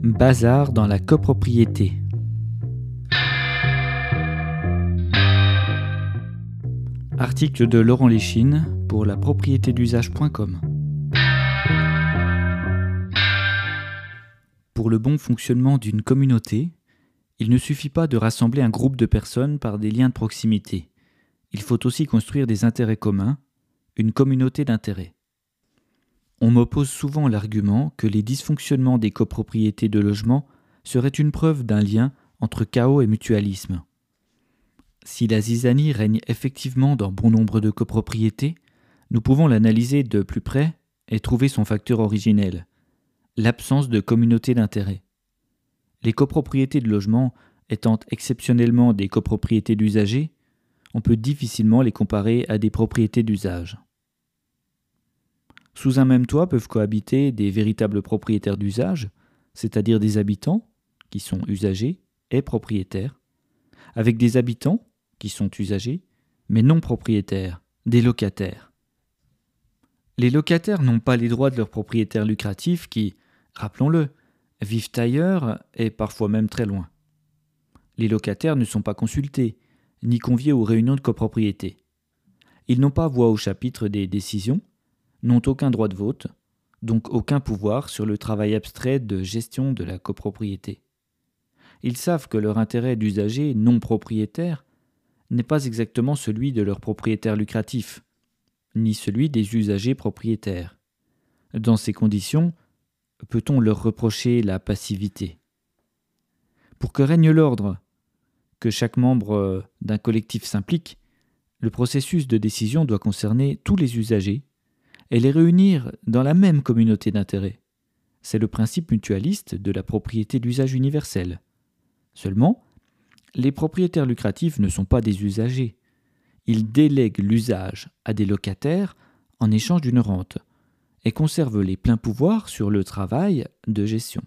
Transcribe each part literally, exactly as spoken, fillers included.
Bazar dans la copropriété. Article de Laurent Léchine pour la propriété d'usage point com. Pour le bon fonctionnement d'une communauté, il ne suffit pas de rassembler un groupe de personnes par des liens de proximité. Il faut aussi construire des intérêts communs, une communauté d'intérêts. On m'oppose souvent l'argument que les dysfonctionnements des copropriétés de logement seraient une preuve d'un lien entre chaos et mutualisme. Si la zizanie règne effectivement dans bon nombre de copropriétés, nous pouvons l'analyser de plus près et trouver son facteur originel, l'absence de communauté d'intérêt. Les copropriétés de logement étant exceptionnellement des copropriétés d'usagers, on peut difficilement les comparer à des propriétés d'usage. Sous un même toit peuvent cohabiter des véritables propriétaires d'usage, c'est-à-dire des habitants, qui sont usagers et propriétaires, avec des habitants, qui sont usagers, mais non propriétaires, des locataires. Les locataires n'ont pas les droits de leurs propriétaires lucratifs qui, rappelons-le, vivent ailleurs et parfois même très loin. Les locataires ne sont pas consultés, ni conviés aux réunions de copropriété. Ils n'ont pas voix au chapitre des décisions, n'ont aucun droit de vote, donc aucun pouvoir sur le travail abstrait de gestion de la copropriété. Ils savent que leur intérêt d'usager non propriétaire n'est pas exactement celui de leurs propriétaires lucratifs, ni celui des usagers propriétaires. Dans ces conditions, peut-on leur reprocher la passivité ? Pour que règne l'ordre, que chaque membre d'un collectif s'implique, le processus de décision doit concerner tous les usagers et les réunir dans la même communauté d'intérêts. C'est le principe mutualiste de la propriété d'usage universel. Seulement, les propriétaires lucratifs ne sont pas des usagers. Ils délèguent l'usage à des locataires en échange d'une rente et conservent les pleins pouvoirs sur le travail de gestion.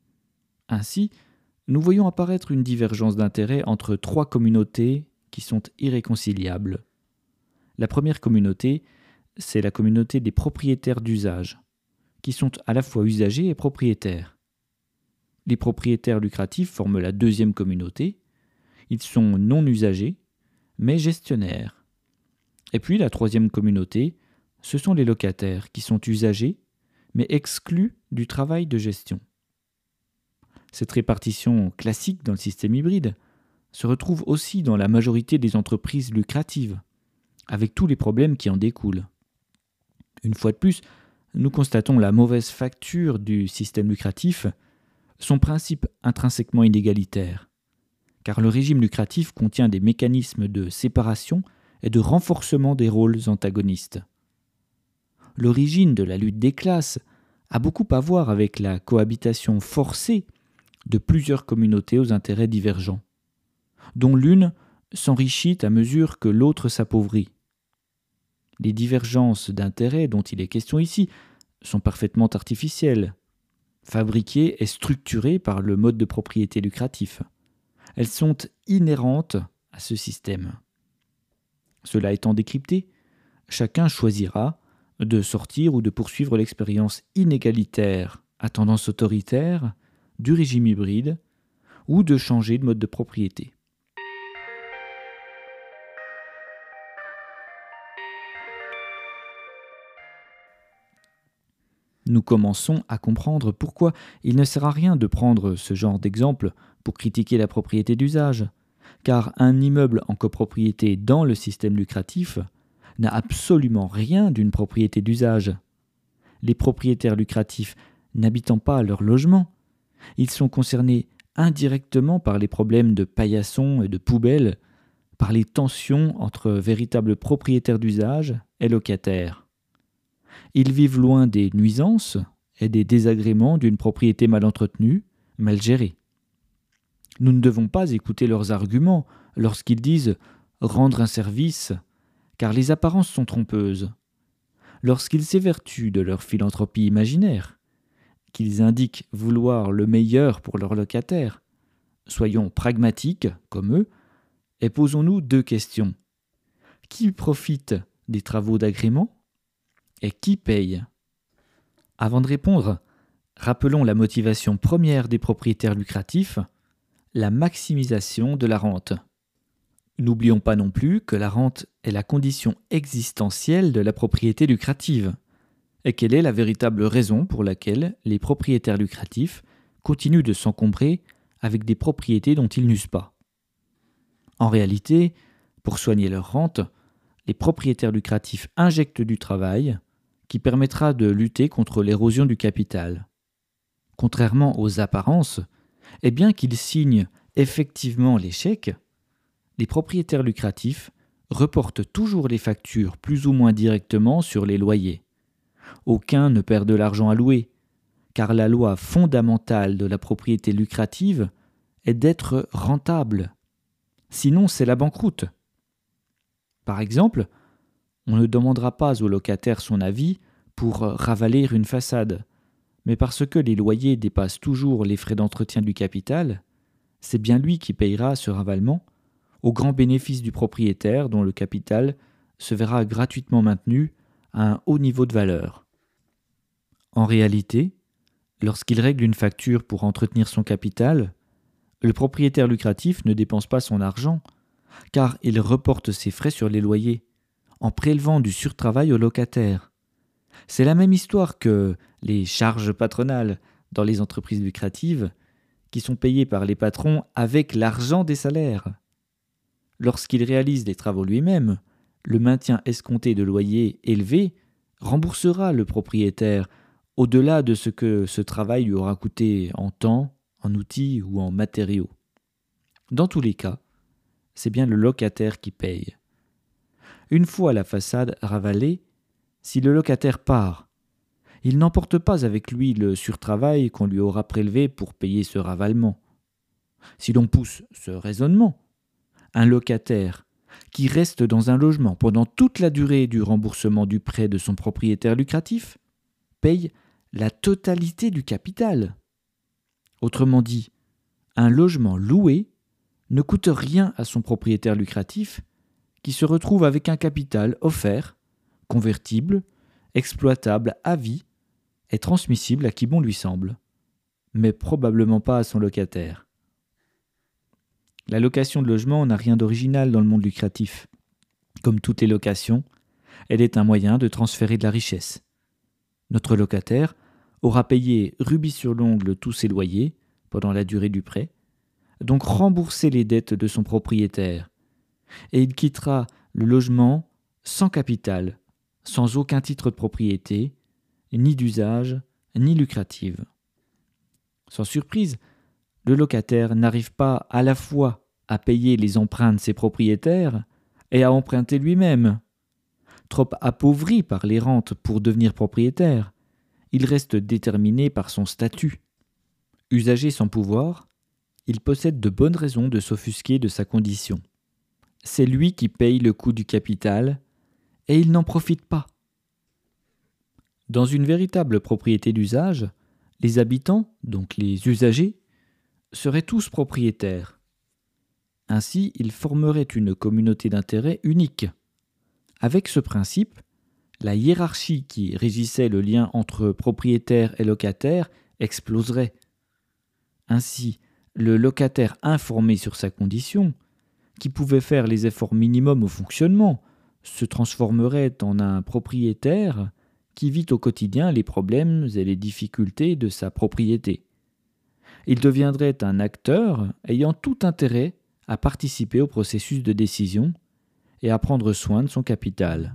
Ainsi, nous voyons apparaître une divergence d'intérêts entre trois communautés qui sont irréconciliables. La première communauté, c'est la communauté des propriétaires d'usage, qui sont à la fois usagers et propriétaires. Les propriétaires lucratifs forment la deuxième communauté. Ils sont non usagers, mais gestionnaires. Et puis la troisième communauté, ce sont les locataires, qui sont usagers, mais exclus du travail de gestion. Cette répartition classique dans le système hybride se retrouve aussi dans la majorité des entreprises lucratives, avec tous les problèmes qui en découlent. Une fois de plus, nous constatons la mauvaise facture du système lucratif, son principe intrinsèquement inégalitaire, car le régime lucratif contient des mécanismes de séparation et de renforcement des rôles antagonistes. L'origine de la lutte des classes a beaucoup à voir avec la cohabitation forcée de plusieurs communautés aux intérêts divergents, dont l'une s'enrichit à mesure que l'autre s'appauvrit. Les divergences d'intérêts dont il est question ici sont parfaitement artificielles, fabriquées et structurées par le mode de propriété lucratif. Elles sont inhérentes à ce système. Cela étant décrypté, chacun choisira de sortir ou de poursuivre l'expérience inégalitaire à tendance autoritaire du régime hybride ou de changer de mode de propriété. Nous commençons à comprendre pourquoi il ne sert à rien de prendre ce genre d'exemple pour critiquer la propriété d'usage, car un immeuble en copropriété dans le système lucratif n'a absolument rien d'une propriété d'usage. Les propriétaires lucratifs n'habitant pas leur logement, ils sont concernés indirectement par les problèmes de paillasson et de poubelles, par les tensions entre véritables propriétaires d'usage et locataires. Ils vivent loin des nuisances et des désagréments d'une propriété mal entretenue, mal gérée. Nous ne devons pas écouter leurs arguments lorsqu'ils disent « rendre un service », car les apparences sont trompeuses. Lorsqu'ils s'évertuent de leur philanthropie imaginaire, qu'ils indiquent vouloir le meilleur pour leurs locataires, soyons pragmatiques, comme eux, et posons-nous deux questions. Qui profite des travaux d'agrément ? Et qui paye ? Avant de répondre, Rappelons la motivation première des propriétaires lucratifs, la maximisation de la rente. N'oublions pas non plus que la rente est la condition existentielle de la propriété lucrative, et quelle est la véritable raison pour laquelle les propriétaires lucratifs continuent de s'encombrer avec des propriétés dont ils n'usent pas. En réalité, pour soigner leur rente, les propriétaires lucratifs injectent du travail qui permettra de lutter contre l'érosion du capital. Contrairement aux apparences, et bien qu'ils signent effectivement les chèques, les propriétaires lucratifs reportent toujours les factures plus ou moins directement sur les loyers. Aucun ne perd de l'argent à louer, car la loi fondamentale de la propriété lucrative est d'être rentable. Sinon, c'est la banqueroute. Par exemple, on ne demandera pas au locataire son avis pour ravaler une façade, mais parce que les loyers dépassent toujours les frais d'entretien du capital, c'est bien lui qui payera ce ravalement, au grand bénéfice du propriétaire dont le capital se verra gratuitement maintenu à un haut niveau de valeur. En réalité, lorsqu'il règle une facture pour entretenir son capital, le propriétaire lucratif ne dépense pas son argent, car il reporte ses frais sur les loyers, en prélevant du surtravail au locataire. C'est la même histoire que les charges patronales dans les entreprises lucratives, qui sont payées par les patrons avec l'argent des salaires. Lorsqu'il réalise des travaux lui-même, le maintien escompté de loyers élevés remboursera le propriétaire au-delà de ce que ce travail lui aura coûté en temps, en outils ou en matériaux. Dans tous les cas, c'est bien le locataire qui paye. Une fois la façade ravalée, si le locataire part, il n'emporte pas avec lui le surtravail qu'on lui aura prélevé pour payer ce ravalement. Si l'on pousse ce raisonnement, un locataire qui reste dans un logement pendant toute la durée du remboursement du prêt de son propriétaire lucratif paye la totalité du capital. Autrement dit, un logement loué ne coûte rien à son propriétaire lucratif qui se retrouve avec un capital offert, convertible, exploitable à vie et transmissible à qui bon lui semble, mais probablement pas à son locataire. La location de logement n'a rien d'original dans le monde lucratif. Comme toutes les locations, elle est un moyen de transférer de la richesse. Notre locataire aura payé rubis sur l'ongle tous ses loyers pendant la durée du prêt, donc remboursé les dettes de son propriétaire, et il quittera le logement sans capital, sans aucun titre de propriété, ni d'usage, ni lucrative. Sans surprise, le locataire n'arrive pas à la fois à payer les emprunts de ses propriétaires et à emprunter lui-même. Trop appauvri par les rentes pour devenir propriétaire, il reste déterminé par son statut. Usager sans pouvoir, il possède de bonnes raisons de s'offusquer de sa condition. C'est lui qui paye le coût du capital et il n'en profite pas. Dans une véritable propriété d'usage, les habitants, donc les usagers, seraient tous propriétaires. Ainsi, ils formeraient une communauté d'intérêt unique. Avec ce principe, la hiérarchie qui régissait le lien entre propriétaire et locataire exploserait. Ainsi, le locataire informé sur sa condition, qui pouvait faire les efforts minimums au fonctionnement, se transformerait en un propriétaire qui vit au quotidien les problèmes et les difficultés de sa propriété. Il deviendrait un acteur ayant tout intérêt à participer au processus de décision et à prendre soin de son capital.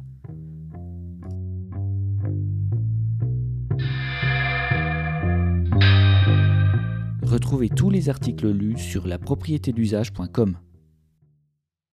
Retrouvez tous les articles lus sur la propriété d'usage point com.